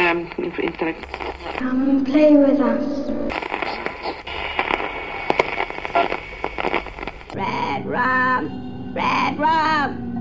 Come and play with us. Red rum, red rum.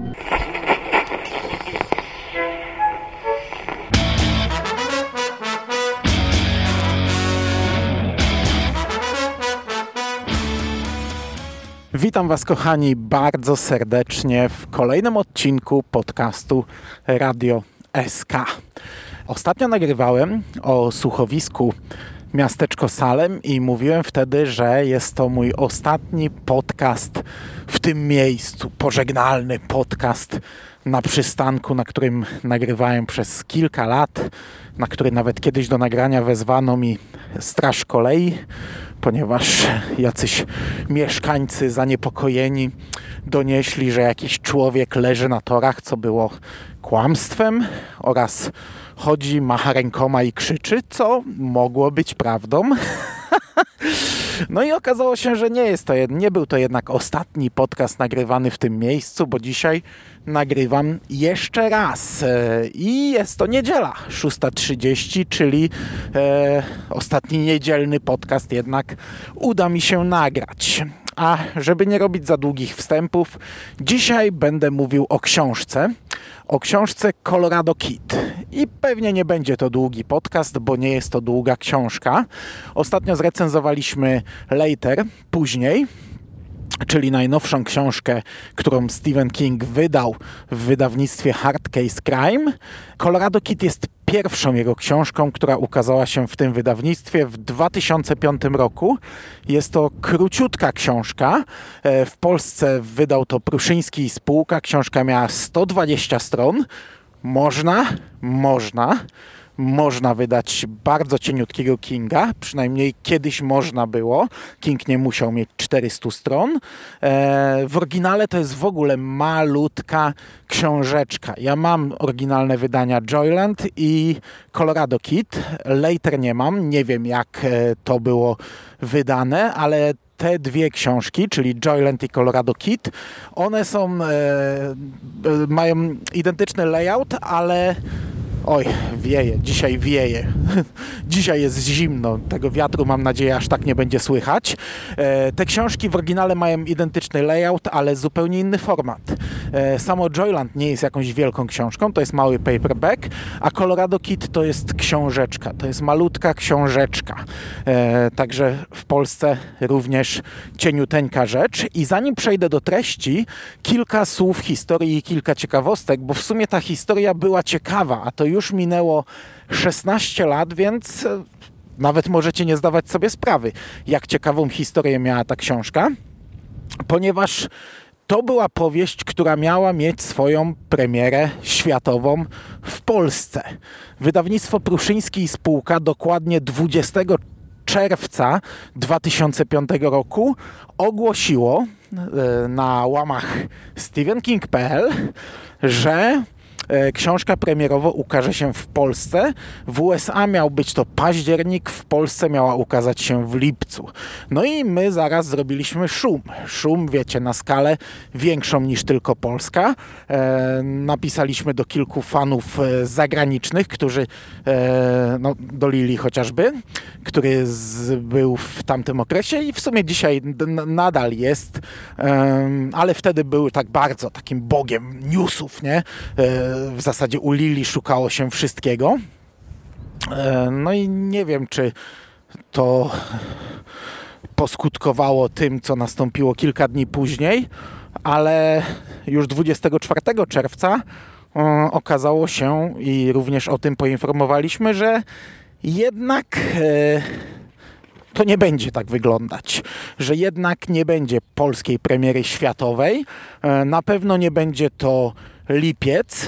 Witam Was, kochani, bardzo serdecznie w kolejnym odcinku podcastu Radio SK. Ostatnio nagrywałem o słuchowisku Miasteczko Salem i mówiłem wtedy, że jest to mój ostatni podcast w tym miejscu, pożegnalny podcast na przystanku, na którym nagrywałem przez kilka lat, na który nawet kiedyś do nagrania wezwano mi straż kolei, ponieważ jacyś mieszkańcy zaniepokojeni donieśli, że jakiś człowiek leży na torach, co było kłamstwem, oraz chodzi, macha rękoma i krzyczy, co mogło być prawdą. No i okazało się, że nie był to jednak ostatni podcast nagrywany w tym miejscu, bo dzisiaj nagrywam jeszcze raz i jest to niedziela, 6:30, czyli ostatni niedzielny podcast jednak uda mi się nagrać. A żeby nie robić za długich wstępów, dzisiaj będę mówił o książce Colorado Kid. I pewnie nie będzie to długi podcast, bo nie jest to długa książka. Ostatnio zrecenzowaliśmy Later, później, czyli najnowszą książkę, którą Stephen King wydał w wydawnictwie Hard Case Crime. Colorado Kid jest pierwszą jego książką, która ukazała się w tym wydawnictwie w 2005 roku. Jest to króciutka książka. W Polsce wydał to Pruszyński i spółka. Książka miała 120 stron. Można wydać bardzo cieniutkiego Kinga, przynajmniej kiedyś można było. King nie musiał mieć 400 stron. W oryginale to jest w ogóle malutka książeczka. Ja mam oryginalne wydania Joyland i Colorado Kid. Later nie mam, nie wiem jak to było wydane, ale te dwie książki, czyli Joyland i Colorado Kid, one mają identyczny layout, ale wieje, dzisiaj wieje. Dzisiaj jest zimno, tego wiatru mam nadzieję aż tak nie będzie słychać. Te książki w oryginale mają identyczny layout, ale zupełnie inny format. Samo Joyland nie jest jakąś wielką książką, to jest mały paperback, a Colorado Kid to jest książeczka, to jest malutka książeczka. Także w Polsce również cieniuteńka rzecz. I zanim przejdę do treści, kilka słów historii i kilka ciekawostek, bo w sumie ta historia była ciekawa, a to już minęło 16 lat, więc nawet możecie nie zdawać sobie sprawy, jak ciekawą historię miała ta książka, ponieważ to była powieść, która miała mieć swoją premierę światową w Polsce. Wydawnictwo Pruszyński i spółka dokładnie 20 czerwca 2005 roku ogłosiło na łamach stephenking.pl, że książka premierowo ukaże się w Polsce. W USA miał być to październik, w Polsce miała ukazać się w lipcu. No i my zaraz zrobiliśmy szum. Szum, wiecie, na skalę większą niż tylko Polska. Napisaliśmy do kilku fanów zagranicznych, którzy do Lili chociażby, który był w tamtym okresie i w sumie dzisiaj nadal jest, ale wtedy był tak bardzo takim bogiem newsów, nie? W zasadzie u Lili szukało się wszystkiego. No i nie wiem, czy to poskutkowało tym, co nastąpiło kilka dni później, ale już 24 czerwca okazało się i również o tym poinformowaliśmy, że jednak to nie będzie tak wyglądać, że jednak nie będzie polskiej premiery światowej. Na pewno nie będzie to lipiec.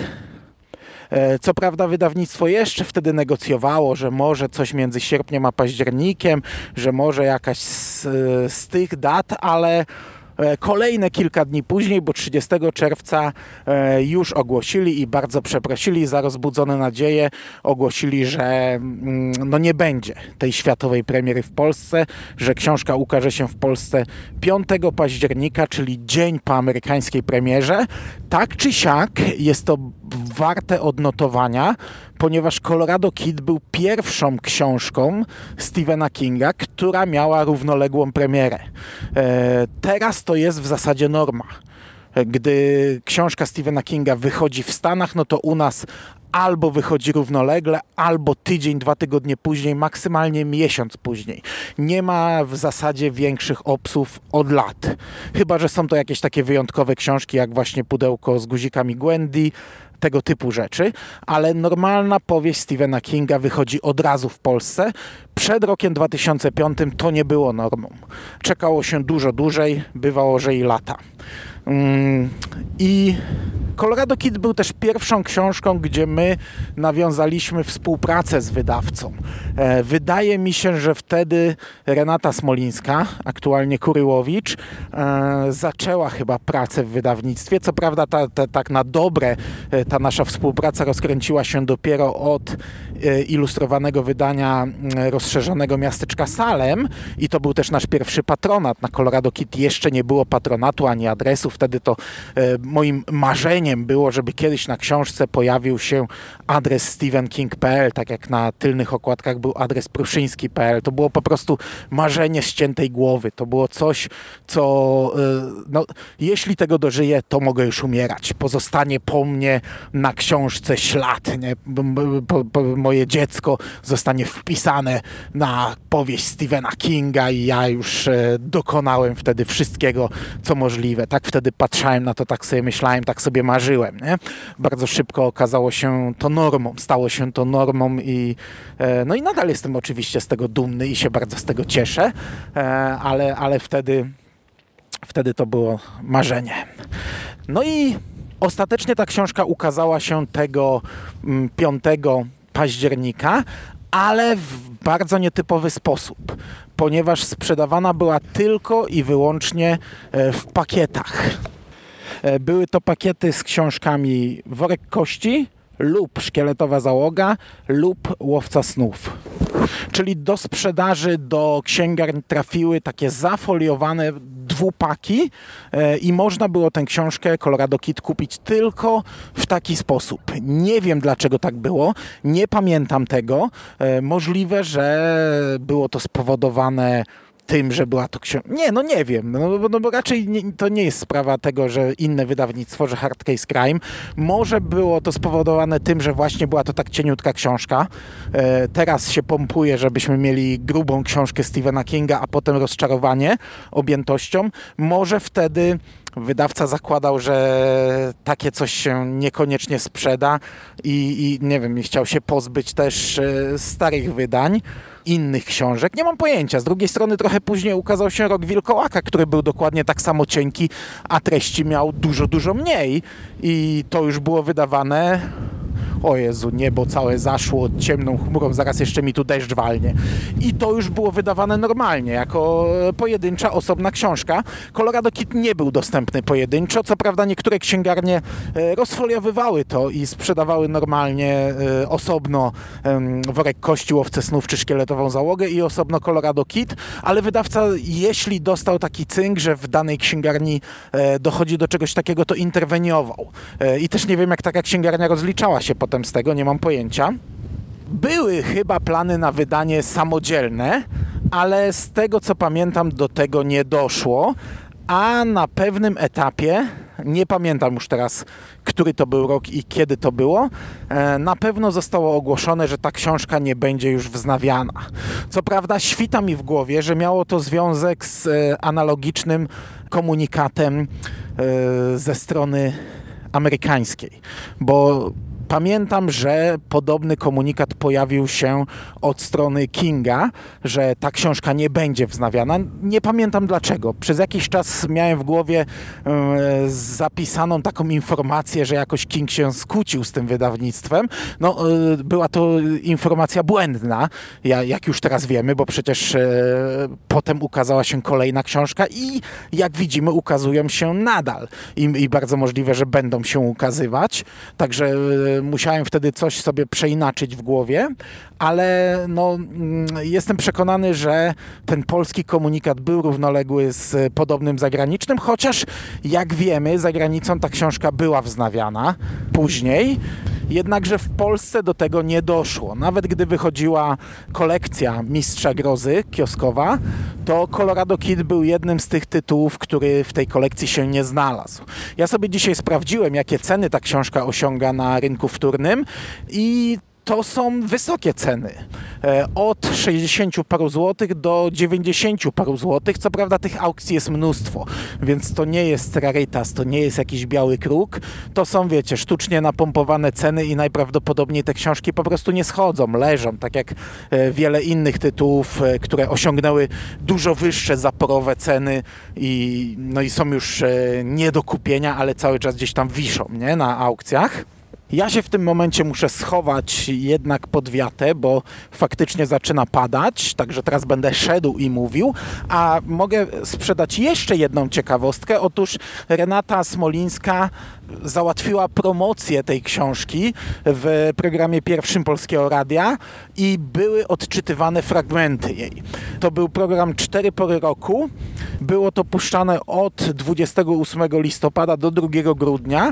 Co prawda wydawnictwo jeszcze wtedy negocjowało, że może coś między sierpniem a październikiem, że może jakaś z tych dat, ale kolejne kilka dni później, bo 30 czerwca już ogłosili i bardzo przeprosili za rozbudzone nadzieje. Ogłosili, że nie będzie tej światowej premiery w Polsce, że książka ukaże się w Polsce 5 października, czyli dzień po amerykańskiej premierze. Tak czy siak jest to warte odnotowania, ponieważ Colorado Kid był pierwszą książką Stephena Kinga, która miała równoległą premierę. Teraz to jest w zasadzie norma. Gdy książka Stephena Kinga wychodzi w Stanach, no to u nas albo wychodzi równolegle, albo tydzień, 2 tygodnie później, maksymalnie miesiąc później. Nie ma w zasadzie większych obsów od lat. Chyba że są to jakieś takie wyjątkowe książki, jak właśnie Pudełko z guzikami Gwendy, tego typu rzeczy, ale normalna powieść Stephena Kinga wychodzi od razu w Polsce. Przed rokiem 2005 to nie było normą. Czekało się dużo dłużej, bywało, że i lata. I Colorado Kid był też pierwszą książką, gdzie my nawiązaliśmy współpracę z wydawcą. Wydaje mi się, że wtedy Renata Smolińska, aktualnie Kuryłowicz, zaczęła chyba pracę w wydawnictwie. Co prawda tak na dobre ta nasza współpraca rozkręciła się dopiero od ilustrowanego wydania rozszerzonego Miasteczka Salem i to był też nasz pierwszy patronat. Na Colorado Kid jeszcze nie było patronatu ani adresu. Wtedy to moim marzeniem było, żeby kiedyś na książce pojawił się adres stephenking.pl, tak jak na tylnych okładkach był adres pruszyński.pl. To było po prostu marzenie ściętej głowy. To było coś, co jeśli tego dożyję, to mogę już umierać. Pozostanie po mnie na książce ślad, nie? Moje dziecko zostanie wpisane na powieść Stephena Kinga i ja już dokonałem wtedy wszystkiego, co możliwe. Tak wtedy patrzałem na to, tak sobie myślałem, tak sobie marzyłem. Nie? Bardzo szybko okazało się to normą, stało się to normą i nadal jestem oczywiście z tego dumny i się bardzo z tego cieszę, ale wtedy to było marzenie. No i ostatecznie ta książka ukazała się tego 5 października, ale w bardzo nietypowy sposób, ponieważ sprzedawana była tylko i wyłącznie w pakietach. Były to pakiety z książkami Worek Kości lub Szkieletowa Załoga lub Łowca Snów. Czyli do sprzedaży do księgarni trafiły takie zafoliowane dwupaki i można było tę książkę Colorado Kid kupić tylko w taki sposób. Nie wiem, dlaczego tak było, nie pamiętam tego. Możliwe, że było to spowodowane tym, że była to książka. Nie wiem. Bo raczej to nie jest sprawa tego, że inne wydawnictwo, że Hard Case Crime. Może było to spowodowane tym, że właśnie była to tak cieniutka książka. Teraz się pompuje, żebyśmy mieli grubą książkę Stephena Kinga, a potem rozczarowanie objętością. Może wtedy wydawca zakładał, że takie coś się niekoniecznie sprzeda i nie wiem, chciał się pozbyć też starych wydań, innych książek. Nie mam pojęcia. Z drugiej strony trochę później ukazał się Rok Wilkołaka, który był dokładnie tak samo cienki, a treści miał dużo, dużo mniej i to już było wydawane... O Jezu, niebo całe zaszło ciemną chmurą, zaraz jeszcze mi tu deszcz walnie. I to już było wydawane normalnie, jako pojedyncza, osobna książka. Colorado Kid nie był dostępny pojedynczo, co prawda niektóre księgarnie rozfoliowywały to i sprzedawały normalnie osobno Worek Kości, Łowcę Snów czy Szkieletową Załogę i osobno Colorado Kid, ale wydawca, jeśli dostał taki cynk, że w danej księgarni dochodzi do czegoś takiego, to interweniował. I też nie wiem, jak taka księgarnia rozliczała się potem z tego, nie mam pojęcia. Były chyba plany na wydanie samodzielne, ale z tego co pamiętam do tego nie doszło, a na pewnym etapie, nie pamiętam już teraz, który to był rok i kiedy to było, na pewno zostało ogłoszone, że ta książka nie będzie już wznawiana. Co prawda świta mi w głowie, że miało to związek z analogicznym komunikatem ze strony amerykańskiej, bo pamiętam, że podobny komunikat pojawił się od strony Kinga, że ta książka nie będzie wznawiana. Nie pamiętam dlaczego. Przez jakiś czas miałem w głowie zapisaną taką informację, że jakoś King się skłócił z tym wydawnictwem. Była to informacja błędna, jak już teraz wiemy, bo przecież potem ukazała się kolejna książka i jak widzimy ukazują się nadal. I bardzo możliwe, że będą się ukazywać. Także musiałem wtedy coś sobie przeinaczyć w głowie, ale jestem przekonany, że ten polski komunikat był równoległy z podobnym zagranicznym, chociaż jak wiemy, za granicą ta książka była wznawiana później. Jednakże w Polsce do tego nie doszło. Nawet gdy wychodziła kolekcja Mistrza Grozy kioskowa, to Colorado Kid był jednym z tych tytułów, który w tej kolekcji się nie znalazł. Ja sobie dzisiaj sprawdziłem, jakie ceny ta książka osiąga na rynku wtórnym i to są wysokie ceny. Od 60 paru złotych do 90 paru złotych. Co prawda tych aukcji jest mnóstwo, więc to nie jest rarytas, to nie jest jakiś biały kruk. To są, wiecie, sztucznie napompowane ceny i najprawdopodobniej te książki po prostu nie schodzą, leżą, tak jak wiele innych tytułów, które osiągnęły dużo wyższe zaporowe ceny i są już nie do kupienia, ale cały czas gdzieś tam wiszą, nie, na aukcjach. Ja się w tym momencie muszę schować jednak pod wiatę, bo faktycznie zaczyna padać, także teraz będę szedł i mówił, a mogę sprzedać jeszcze jedną ciekawostkę. Otóż Renata Smolińska załatwiła promocję tej książki w programie pierwszym Polskiego Radia i były odczytywane fragmenty jej. To był program 4 pory roku. Było to puszczane od 28 listopada do 2 grudnia.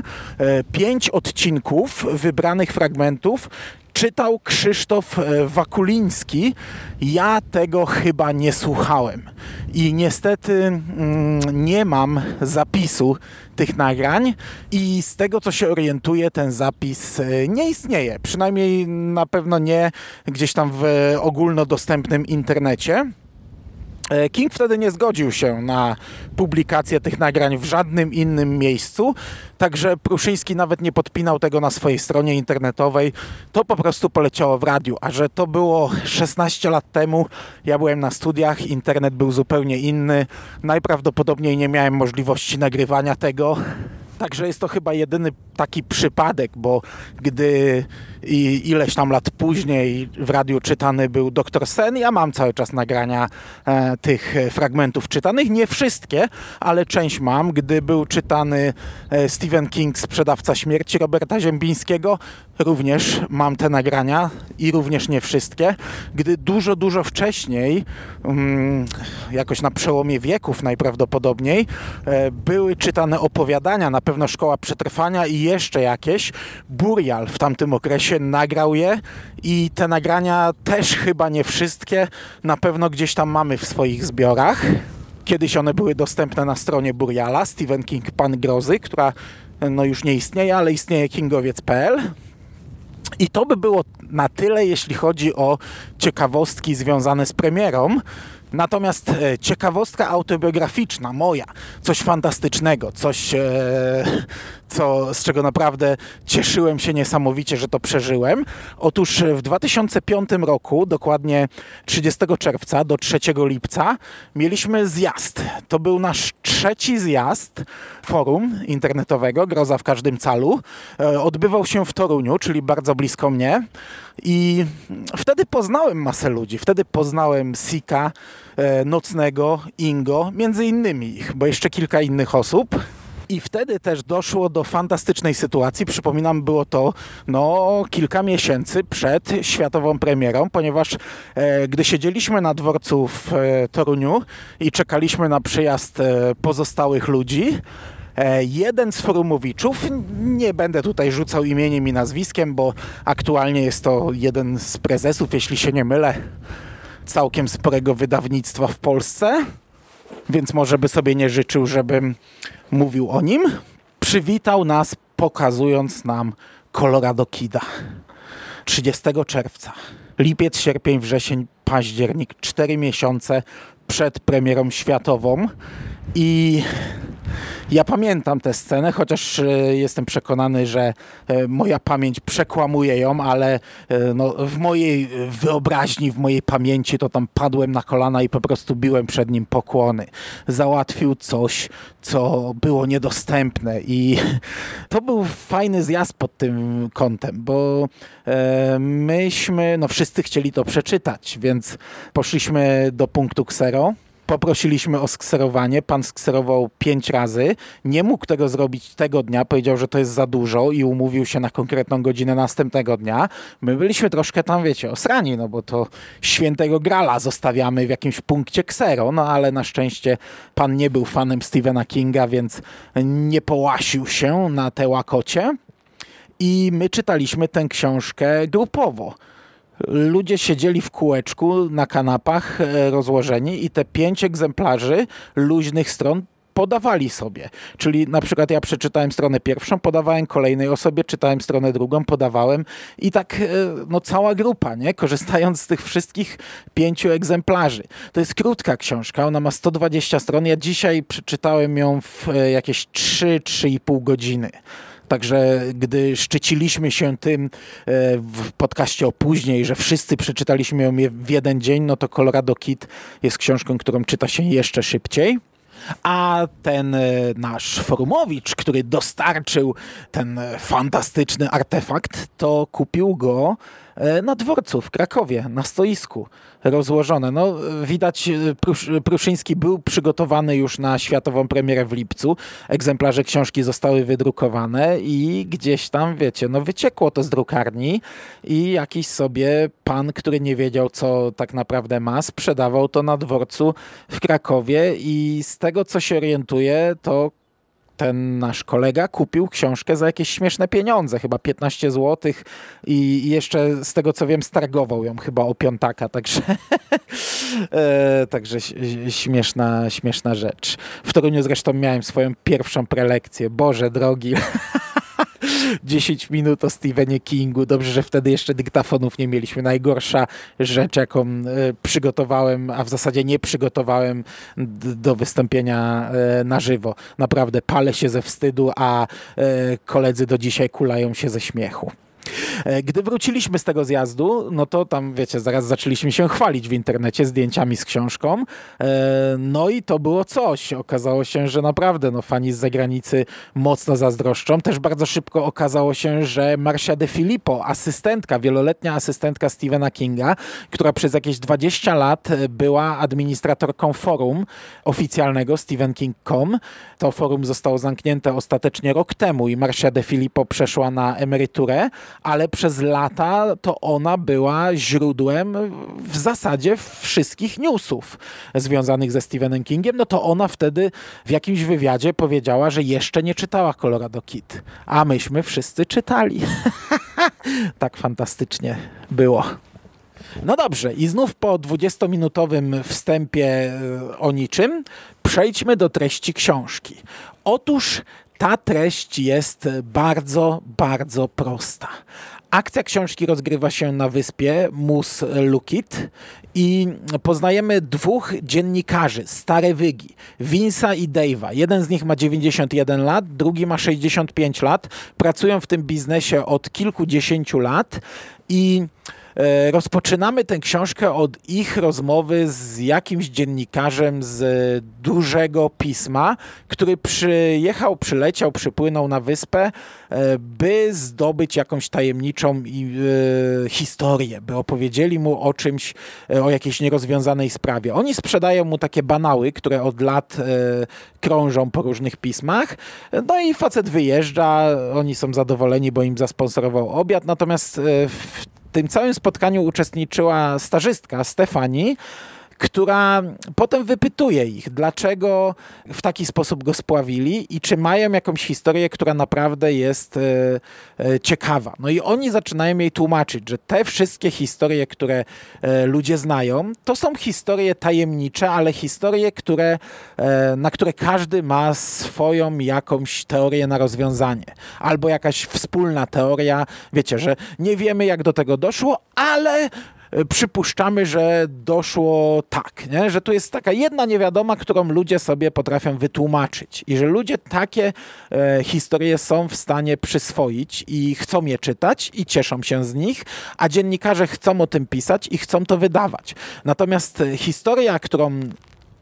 5 odcinków wybranych fragmentów czytał Krzysztof Wakuliński. Ja tego chyba nie słuchałem. I niestety nie mam zapisu tych nagrań i z tego, co się orientuję, ten zapis nie istnieje. Przynajmniej na pewno nie gdzieś tam w ogólnodostępnym internecie. King wtedy nie zgodził się na publikację tych nagrań w żadnym innym miejscu, także Pruszyński nawet nie podpinał tego na swojej stronie internetowej. To po prostu poleciało w radiu, a że to było 16 lat temu, ja byłem na studiach, internet był zupełnie inny, najprawdopodobniej nie miałem możliwości nagrywania tego. Także jest to chyba jedyny taki przypadek, bo gdy ileś tam lat później w radiu czytany był Dr. Sen, ja mam cały czas nagrania tych fragmentów czytanych. Nie wszystkie, ale część mam. Gdy był czytany Stephen King, Sprzedawca śmierci Roberta Ziembińskiego, również mam te nagrania i również nie wszystkie. Gdy dużo wcześniej, jakoś na przełomie wieków najprawdopodobniej, były czytane opowiadania, na pewno Szkoła Przetrwania i jeszcze jakieś, Burial w tamtym okresie nagrał je i te nagrania też chyba nie wszystkie, na pewno gdzieś tam mamy w swoich zbiorach. Kiedyś one były dostępne na stronie Buriala, Stephen King, Pan Grozy, która już nie istnieje, ale istnieje kingowiec.pl. I to by było na tyle, jeśli chodzi o ciekawostki związane z premierą. Natomiast ciekawostka autobiograficzna moja, coś fantastycznego, coś, z czego naprawdę cieszyłem się niesamowicie, że to przeżyłem. Otóż w 2005 roku, dokładnie 30 czerwca do 3 lipca, mieliśmy zjazd. To był nasz 3. zjazd forum internetowego Groza w każdym calu. Odbywał się w Toruniu, czyli bardzo blisko mnie. I wtedy poznałem masę ludzi. Wtedy poznałem Sika, Nocnego, Ingo, między innymi ich, bo jeszcze kilka innych osób. I wtedy też doszło do fantastycznej sytuacji. Przypominam, było to kilka miesięcy przed światową premierą, ponieważ gdy siedzieliśmy na dworcu w Toruniu i czekaliśmy na przyjazd pozostałych ludzi, jeden z forumowiczów, nie będę tutaj rzucał imieniem i nazwiskiem, bo aktualnie jest to jeden z prezesów, jeśli się nie mylę, całkiem sporego wydawnictwa w Polsce, więc może by sobie nie życzył, żebym mówił o nim. Przywitał nas, pokazując nam Colorado Kida. 30 czerwca. Lipiec, sierpień, wrzesień, październik. 4 miesiące przed premierą światową. I ja pamiętam tę scenę, chociaż jestem przekonany, że moja pamięć przekłamuje ją, ale w mojej wyobraźni, w mojej pamięci to tam padłem na kolana i po prostu biłem przed nim pokłony. Załatwił coś, co było niedostępne i to był fajny zjazd pod tym kątem, bo myśmy, wszyscy chcieli to przeczytać, więc poszliśmy do punktu Ksero. Poprosiliśmy o skserowanie, pan skserował 5 razy, nie mógł tego zrobić tego dnia, powiedział, że to jest za dużo i umówił się na konkretną godzinę następnego dnia. My byliśmy troszkę tam, wiecie, osrani, no bo to świętego Grala zostawiamy w jakimś punkcie ksero, no ale na szczęście pan nie był fanem Stephena Kinga, więc nie połasił się na te łakocie i my czytaliśmy tę książkę grupowo. Ludzie siedzieli w kółeczku na kanapach rozłożeni i te 5 egzemplarzy luźnych stron podawali sobie. Czyli na przykład ja przeczytałem stronę pierwszą, podawałem kolejnej osobie, czytałem stronę drugą, podawałem i tak no cała grupa, nie? Korzystając z tych wszystkich 5 egzemplarzy. To jest krótka książka, ona ma 120 stron. Ja dzisiaj przeczytałem ją w jakieś 3-3,5 godziny. Także gdy szczyciliśmy się tym w podcaście o później, że wszyscy przeczytaliśmy ją w jeden dzień, no to Colorado Kid jest książką, którą czyta się jeszcze szybciej. A ten nasz forumowicz, który dostarczył ten fantastyczny artefakt, to kupił go na dworcu w Krakowie, na stoisku rozłożone. No, widać, Pruszyński był przygotowany już na światową premierę w lipcu. Egzemplarze książki zostały wydrukowane i gdzieś tam, wiecie, no wyciekło to z drukarni i jakiś sobie pan, który nie wiedział, co tak naprawdę ma, sprzedawał to na dworcu w Krakowie i z tego, co się orientuję, to ten nasz kolega kupił książkę za jakieś śmieszne pieniądze, chyba 15 zł i jeszcze z tego co wiem stargował ją chyba o piątaka, także, także śmieszna rzecz. W Toruniu zresztą miałem swoją pierwszą prelekcję, Boże drogi. 10 minut o Stephenie Kingu. Dobrze, że wtedy jeszcze dyktafonów nie mieliśmy. Najgorsza rzecz, jaką przygotowałem, a w zasadzie nie przygotowałem do wystąpienia na żywo. Naprawdę palę się ze wstydu, a koledzy do dzisiaj kulają się ze śmiechu. Gdy wróciliśmy z tego zjazdu, no to tam, wiecie, zaraz zaczęliśmy się chwalić w internecie zdjęciami z książką. No i to było coś. Okazało się, że naprawdę no, fani z zagranicy mocno zazdroszczą. Też bardzo szybko okazało się, że Marcia De Filippo, asystentka, wieloletnia asystentka Stephena Kinga, która przez jakieś 20 lat była administratorką forum oficjalnego stephenking.com. To forum zostało zamknięte ostatecznie rok temu i Marcia De Filippo przeszła na emeryturę, ale przez lata to ona była źródłem w zasadzie wszystkich newsów związanych ze Stephenem Kingiem. No to ona wtedy w jakimś wywiadzie powiedziała, że jeszcze nie czytała Colorado Kid, a myśmy wszyscy czytali. Tak fantastycznie było. No dobrze, i znów po 20-minutowym wstępie o niczym przejdźmy do treści książki. Otóż ta treść jest bardzo, bardzo prosta. Akcja książki rozgrywa się na wyspie Moose Lukit i poznajemy 2 dziennikarzy, stare wygi, Vince'a i Dave'a. Jeden z nich ma 91 lat, drugi ma 65 lat. Pracują w tym biznesie od kilkudziesięciu lat i rozpoczynamy tę książkę od ich rozmowy z jakimś dziennikarzem z dużego pisma, który przypłynął na wyspę, by zdobyć jakąś tajemniczą historię, by opowiedzieli mu o czymś, o jakiejś nierozwiązanej sprawie. Oni sprzedają mu takie banały, które od lat krążą po różnych pismach. No i facet wyjeżdża, oni są zadowoleni, bo im zasponsorował obiad, natomiast w tym całym spotkaniu uczestniczyła stażystka Stefani, która potem wypytuje ich, dlaczego w taki sposób go spławili i czy mają jakąś historię, która naprawdę jest ciekawa. No i oni zaczynają jej tłumaczyć, że te wszystkie historie, które ludzie znają, to są historie tajemnicze, ale historie, na które każdy ma swoją jakąś teorię na rozwiązanie. Albo jakaś wspólna teoria, wiecie, że nie wiemy jak do tego doszło, ale przypuszczamy, że doszło tak, nie? Że tu jest taka jedna niewiadoma, którą ludzie sobie potrafią wytłumaczyć i że ludzie takie historie są w stanie przyswoić i chcą je czytać i cieszą się z nich, a dziennikarze chcą o tym pisać i chcą to wydawać. Natomiast historia, którą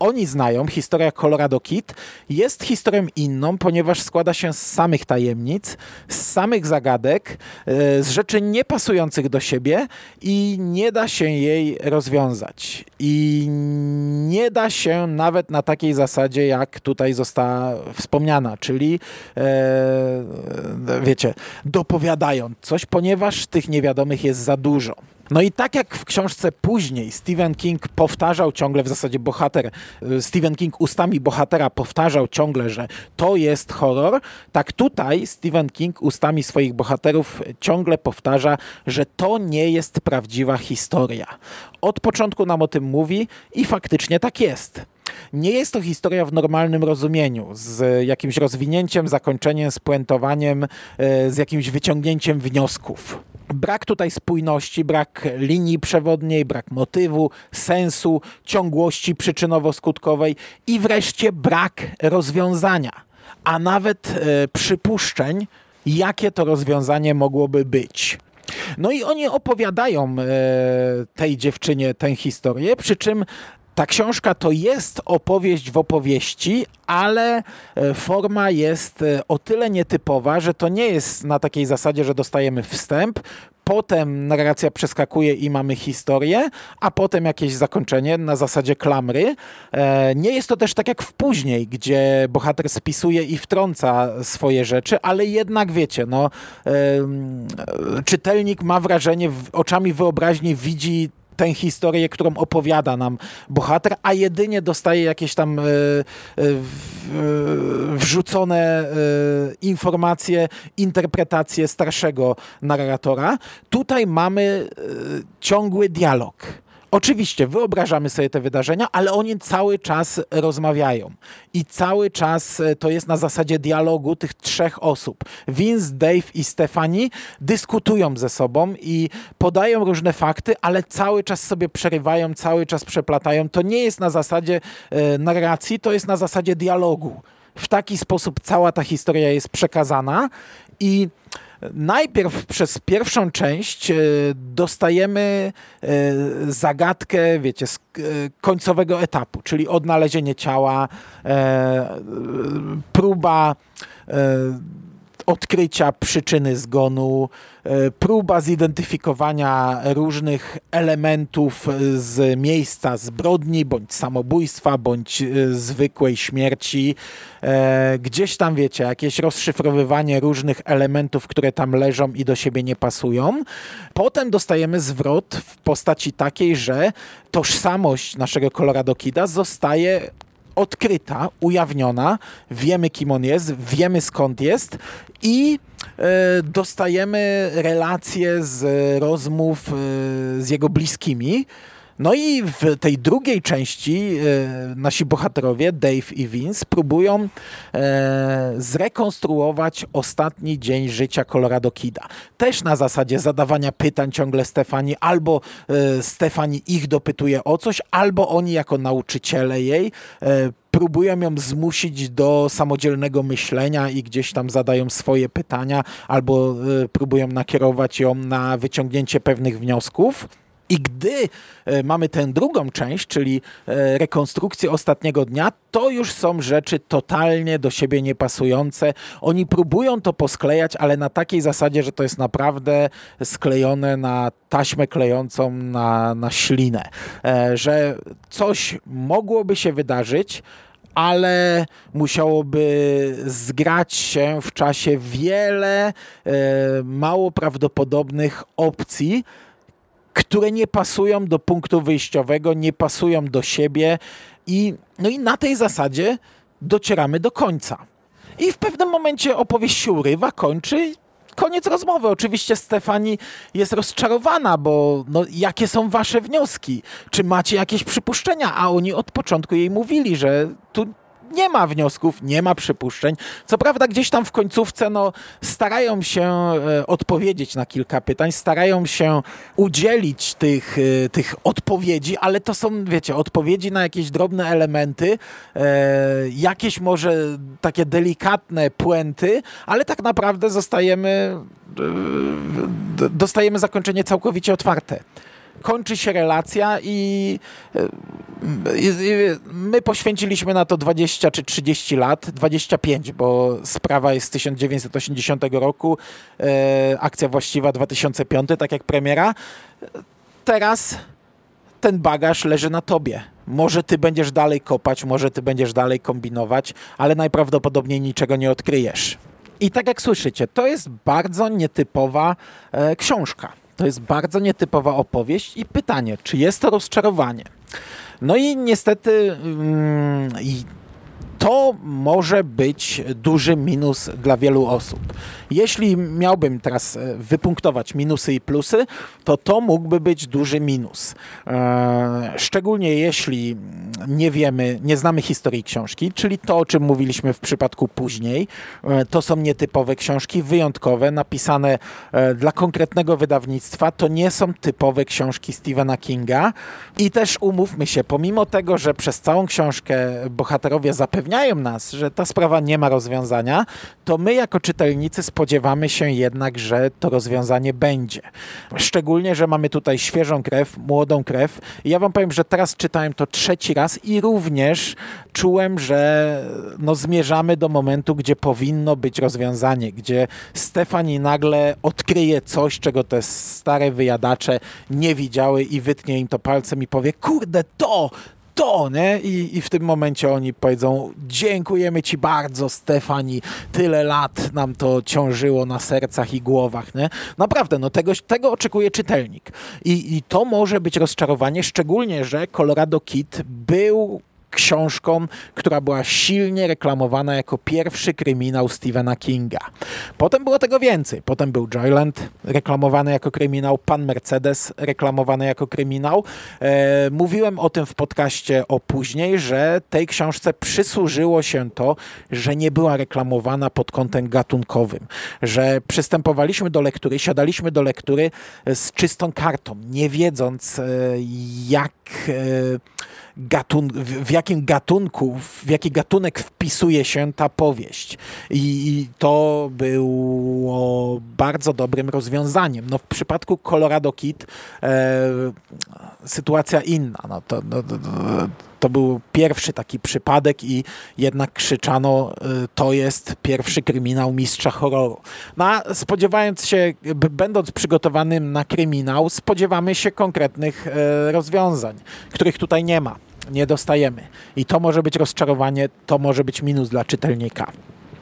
oni znają, historia Colorado Kid, jest historią inną, ponieważ składa się z samych tajemnic, z samych zagadek, z rzeczy niepasujących do siebie i nie da się jej rozwiązać. I nie da się nawet na takiej zasadzie, jak tutaj została wspomniana, czyli wiecie, dopowiadając coś, ponieważ tych niewiadomych jest za dużo. No i tak jak w książce później Stephen King powtarzał ciągle, w zasadzie Stephen King ustami bohatera powtarzał ciągle, że to jest horror, tak tutaj Stephen King ustami swoich bohaterów ciągle powtarza, że to nie jest prawdziwa historia. Od początku nam o tym mówi i faktycznie tak jest. Nie jest to historia w normalnym rozumieniu, z jakimś rozwinięciem, zakończeniem, spuentowaniem, z jakimś wyciągnięciem wniosków. Brak tutaj spójności, brak linii przewodniej, brak motywu, sensu, ciągłości przyczynowo-skutkowej i wreszcie brak rozwiązania, a nawet przypuszczeń, jakie to rozwiązanie mogłoby być. No i oni opowiadają tej dziewczynie tę historię, przy czym ta książka to jest opowieść w opowieści, ale forma jest o tyle nietypowa, że to nie jest na takiej zasadzie, że dostajemy wstęp, potem narracja przeskakuje i mamy historię, a potem jakieś zakończenie na zasadzie klamry. Nie jest to też tak jak w później, gdzie bohater spisuje i wtrąca swoje rzeczy, ale jednak wiecie, czytelnik ma wrażenie, oczami wyobraźni widzi tę historię, którą opowiada nam bohater, a jedynie dostaje jakieś tam wrzucone informacje, interpretacje starszego narratora. Tutaj mamy ciągły dialog. Oczywiście wyobrażamy sobie te wydarzenia, ale oni cały czas rozmawiają. I cały czas to jest na zasadzie dialogu tych trzech osób. Vince, Dave i Stephanie dyskutują ze sobą i podają różne fakty, ale cały czas sobie przerywają, cały czas przeplatają. To nie jest na zasadzie narracji, to jest na zasadzie dialogu. W taki sposób cała ta historia jest przekazana i najpierw przez pierwszą część dostajemy zagadkę, wiecie, z końcowego etapu, czyli odnalezienie ciała, próba odkrycia przyczyny zgonu, próba zidentyfikowania różnych elementów z miejsca zbrodni, bądź samobójstwa, bądź zwykłej śmierci. Gdzieś tam, wiecie, jakieś rozszyfrowywanie różnych elementów, które tam leżą i do siebie nie pasują. Potem dostajemy zwrot w postaci takiej, że tożsamość naszego Colorado Kida zostaje odkryta, ujawniona, wiemy kim on jest, wiemy skąd jest i dostajemy relacje z rozmów z jego bliskimi. No i w tej drugiej części nasi bohaterowie, Dave i Vince, próbują zrekonstruować ostatni dzień życia Colorado Kida. Też na zasadzie zadawania pytań ciągle Stephanie, albo Stephanie ich dopytuje o coś, albo oni jako nauczyciele jej próbują ją zmusić do samodzielnego myślenia i gdzieś tam zadają swoje pytania, albo próbują nakierować ją na wyciągnięcie pewnych wniosków. I gdy mamy tę drugą część, czyli rekonstrukcję ostatniego dnia, to już są rzeczy totalnie do siebie niepasujące. Oni próbują to posklejać, ale na takiej zasadzie, że to jest naprawdę sklejone na taśmę klejącą na ślinę. Że coś mogłoby się wydarzyć, ale musiałoby zgrać się w czasie wiele mało prawdopodobnych opcji, które nie pasują do punktu wyjściowego, nie pasują do siebie i na tej zasadzie docieramy do końca. I w pewnym momencie opowieść się urywa, kończy, koniec rozmowy. Oczywiście Stephanie jest rozczarowana, bo jakie są wasze wnioski? Czy macie jakieś przypuszczenia? A oni od początku jej mówili, że tu nie ma wniosków, nie ma przypuszczeń. Co prawda gdzieś tam w końcówce starają się odpowiedzieć na kilka pytań, starają się udzielić tych odpowiedzi, ale to są, wiecie, odpowiedzi na jakieś drobne elementy, jakieś może takie delikatne puenty, ale tak naprawdę dostajemy zakończenie całkowicie otwarte. kończy się relacja i my poświęciliśmy na to 20 czy 30 lat, 25, bo sprawa jest z 1980 roku, akcja właściwa 2005, tak jak premiera. Teraz ten bagaż leży na tobie. Może ty będziesz dalej kopać, może ty będziesz dalej kombinować, ale najprawdopodobniej niczego nie odkryjesz. I tak jak słyszycie, to jest bardzo nietypowa książka. To jest bardzo nietypowa opowieść i pytanie, czy jest to rozczarowanie? No i niestety to może być duży minus dla wielu osób. Jeśli miałbym teraz wypunktować minusy i plusy, to mógłby być duży minus. Szczególnie jeśli nie znamy historii książki, czyli to, o czym mówiliśmy w przypadku później. To są nietypowe książki, wyjątkowe, napisane dla konkretnego wydawnictwa. To nie są typowe książki Stephena Kinga. I też umówmy się, pomimo tego, że przez całą książkę bohaterowie zapewniają nas, że ta sprawa nie ma rozwiązania, to my jako czytelnicy spodziewamy się jednak, że to rozwiązanie będzie. Szczególnie, że mamy tutaj świeżą krew, młodą krew. I ja wam powiem, że teraz czytałem to 3. raz i również czułem, że zmierzamy do momentu, gdzie powinno być rozwiązanie, gdzie Stephanie nagle odkryje coś, czego te stare wyjadacze nie widziały i wytnie im to palcem i powie, kurde, to, nie? I w tym momencie oni powiedzą, dziękujemy ci bardzo, Stephanie, tyle lat nam to ciążyło na sercach i głowach, nie? Naprawdę, tego oczekuje czytelnik. I to może być rozczarowanie, szczególnie, że Colorado Kid był książką, która była silnie reklamowana jako pierwszy kryminał Stephena Kinga. Potem było tego więcej. Potem był Joyland reklamowany jako kryminał, Pan Mercedes reklamowany jako kryminał. Mówiłem o tym w podcaście później, że tej książce przysłużyło się to, że nie była reklamowana pod kątem gatunkowym. Że przystępowaliśmy do lektury, siadaliśmy do lektury z czystą kartą, nie wiedząc w jaki gatunek wpisuje się ta powieść. I to było bardzo dobrym rozwiązaniem. W przypadku Colorado Kid sytuacja inna. To był pierwszy taki przypadek i jednak krzyczano, to jest pierwszy kryminał mistrza horroru. A spodziewając się, będąc przygotowanym na kryminał, spodziewamy się konkretnych rozwiązań, których tutaj nie ma. Nie dostajemy. I to może być rozczarowanie, to może być minus dla czytelnika.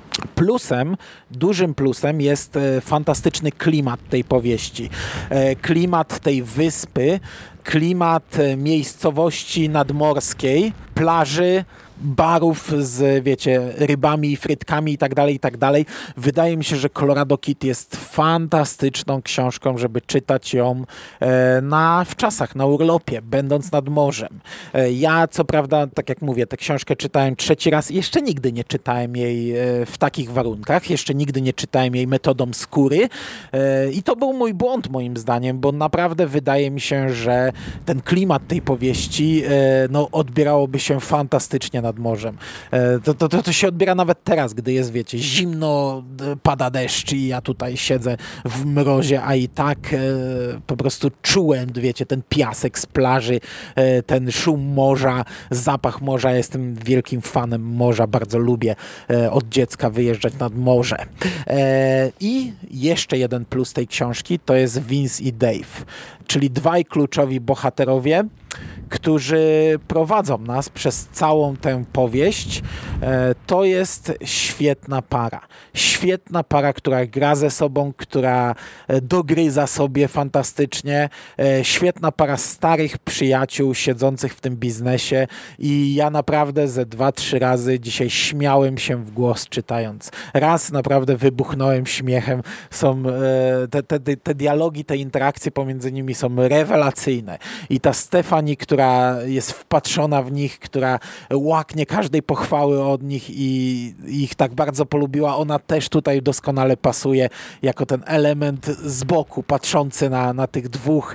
Dużym plusem jest fantastyczny klimat tej powieści. Klimat tej wyspy, klimat miejscowości nadmorskiej, plaży, barów z, rybami, frytkami i tak dalej. Wydaje mi się, że Colorado Kid jest fantastyczną książką, żeby czytać ją w czasach, na urlopie, będąc nad morzem. Ja, co prawda, tak jak mówię, tę książkę czytałem 3. raz i jeszcze nigdy nie czytałem jej w takich warunkach, jeszcze nigdy nie czytałem jej metodą skóry i to był mój błąd, moim zdaniem, bo naprawdę wydaje mi się, że ten klimat tej powieści odbierałoby się fantastycznie nad morzem. To się odbiera nawet teraz, gdy jest, zimno, pada deszcz i ja tutaj siedzę w mrozie, a i tak po prostu czułem, ten piasek z plaży, ten szum morza, zapach morza. Jestem wielkim fanem morza, bardzo lubię od dziecka wyjeżdżać nad morze. I jeszcze jeden plus tej książki to jest Vince i Dave, czyli dwaj kluczowi bohaterowie, którzy prowadzą nas przez całą tę powieść. To jest świetna para. Świetna para, która gra ze sobą, która dogryza sobie fantastycznie. Świetna para starych przyjaciół siedzących w tym biznesie i ja naprawdę ze 2-3 razy dzisiaj śmiałem się w głos czytając. Raz naprawdę wybuchnąłem śmiechem. Są te dialogi, te interakcje pomiędzy nimi są rewelacyjne. I ta Stephanie Stefani, która jest wpatrzona w nich, która łaknie każdej pochwały od nich i ich tak bardzo polubiła, ona też tutaj doskonale pasuje jako ten element z boku, patrzący na tych dwóch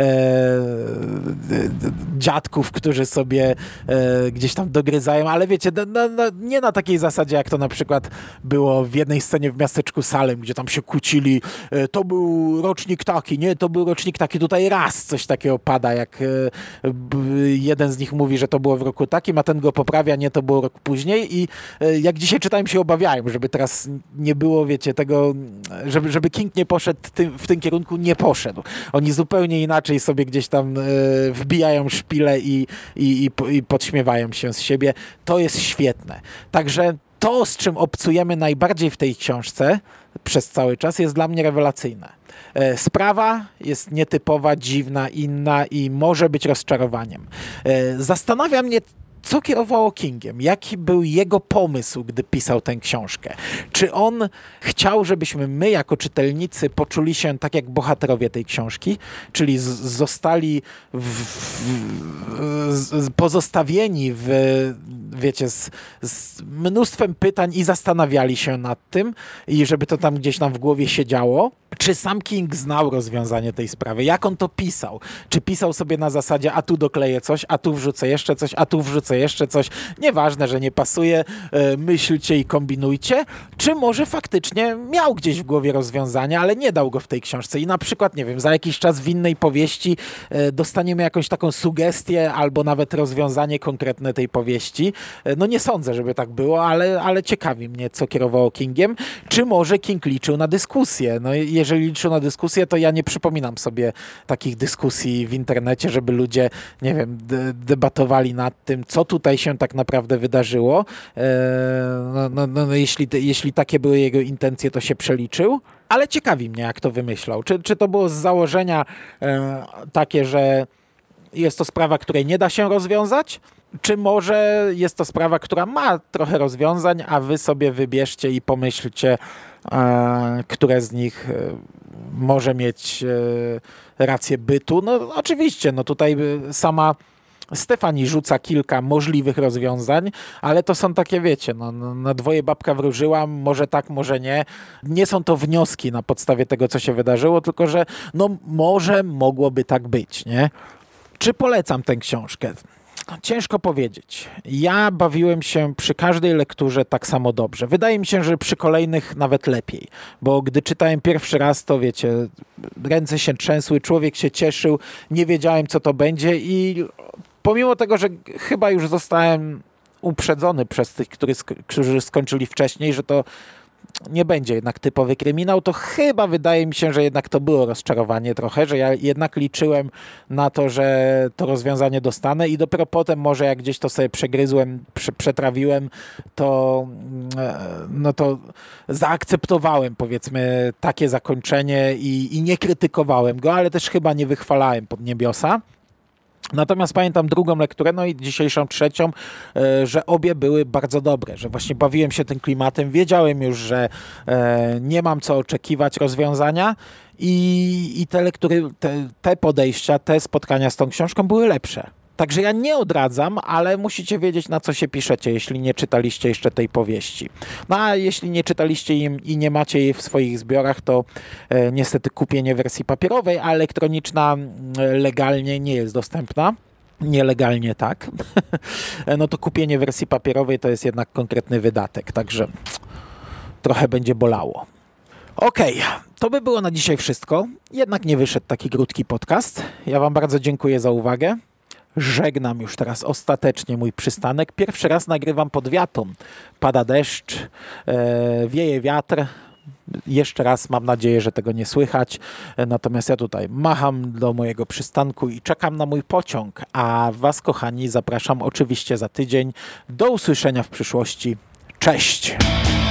dziadków, którzy sobie gdzieś tam dogryzają, ale wiecie, nie na takiej zasadzie, jak to na przykład było w jednej scenie w miasteczku Salem, gdzie tam się kłócili, to był rocznik taki, nie, to był rocznik taki, tutaj raz coś takiego pada, jak jeden z nich mówi, że to było w roku takim, a ten go poprawia, nie, to było rok później i jak dzisiaj czytałem, się obawiałem, żeby teraz nie było, wiecie, tego, żeby King nie poszedł w tym kierunku, nie poszedł. Oni zupełnie inaczej sobie gdzieś tam wbijają szpile i podśmiewają się z siebie. To jest świetne. Także to, z czym obcujemy najbardziej w tej książce przez cały czas, jest dla mnie rewelacyjne. Sprawa jest nietypowa, dziwna, inna i może być rozczarowaniem. Zastanawia mnie, co kierowało Kingiem? Jaki był jego pomysł, gdy pisał tę książkę? Czy on chciał, żebyśmy my, jako czytelnicy, poczuli się tak jak bohaterowie tej książki? Czyli zostali pozostawieni wiecie, z mnóstwem pytań i zastanawiali się nad tym i żeby to tam gdzieś nam w głowie siedziało? Czy sam King znał rozwiązanie tej sprawy? Jak on to pisał? Czy pisał sobie na zasadzie, a tu dokleję coś, a tu wrzucę jeszcze coś, a tu wrzucę jeszcze coś? Nieważne, że nie pasuje, myślcie i kombinujcie. Czy może faktycznie miał gdzieś w głowie rozwiązanie, ale nie dał go w tej książce i na przykład, nie wiem, za jakiś czas w innej powieści dostaniemy jakąś taką sugestię albo nawet rozwiązanie konkretne tej powieści. No nie sądzę, żeby tak było, ale ciekawi mnie, co kierowało Kingiem. Czy może King liczył na dyskusję? No jeżeli liczył na dyskusję, to ja nie przypominam sobie takich dyskusji w internecie, żeby ludzie, nie wiem, debatowali nad tym, co tutaj się tak naprawdę wydarzyło. Jeśli takie były jego intencje, to się przeliczył. Ale ciekawi mnie, jak to wymyślał. Czy to było z założenia takie, że jest to sprawa, której nie da się rozwiązać? Czy może jest to sprawa, która ma trochę rozwiązań, a wy sobie wybierzcie i pomyślcie, które z nich może mieć rację bytu? No oczywiście, no tutaj sama Stefani rzuca kilka możliwych rozwiązań, ale to są takie, wiecie, no, na dwoje babka wróżyła, może tak, może nie. Nie są to wnioski na podstawie tego, co się wydarzyło, tylko że no może mogłoby tak być, nie? Czy polecam tę książkę? Ciężko powiedzieć. Ja bawiłem się przy każdej lekturze tak samo dobrze. Wydaje mi się, że przy kolejnych nawet lepiej, bo gdy czytałem pierwszy raz, to wiecie, ręce się trzęsły, człowiek się cieszył, nie wiedziałem, co to będzie i pomimo tego, że chyba już zostałem uprzedzony przez tych, którzy skończyli wcześniej, że to nie będzie jednak typowy kryminał, to chyba wydaje mi się, że jednak to było rozczarowanie trochę, że ja jednak liczyłem na to, że to rozwiązanie dostanę i dopiero potem może jak gdzieś to sobie przegryzłem, przetrawiłem, to no to zaakceptowałem, powiedzmy, takie zakończenie i nie krytykowałem go, ale też chyba nie wychwalałem pod niebiosa. Natomiast pamiętam drugą lekturę, no i dzisiejszą trzecią, że obie były bardzo dobre, że właśnie bawiłem się tym klimatem, wiedziałem już, że nie mam co oczekiwać rozwiązania i te lektury, te podejścia, te spotkania z tą książką były lepsze. Także ja nie odradzam, ale musicie wiedzieć, na co się piszecie, jeśli nie czytaliście jeszcze tej powieści. No a jeśli nie czytaliście jej i nie macie jej w swoich zbiorach, to niestety kupienie wersji papierowej, a elektroniczna legalnie nie jest dostępna. Nielegalnie tak. No to kupienie wersji papierowej to jest jednak konkretny wydatek, także trochę będzie bolało. Okej, to by było na dzisiaj wszystko. Jednak nie wyszedł taki krótki podcast. Ja wam bardzo dziękuję za uwagę. Żegnam już teraz ostatecznie mój przystanek. Pierwszy raz nagrywam pod wiatą. Pada deszcz, wieje wiatr. Jeszcze raz mam nadzieję, że tego nie słychać. Natomiast ja tutaj macham do mojego przystanku i czekam na mój pociąg. A was, kochani, zapraszam oczywiście za tydzień. Do usłyszenia w przyszłości. Cześć!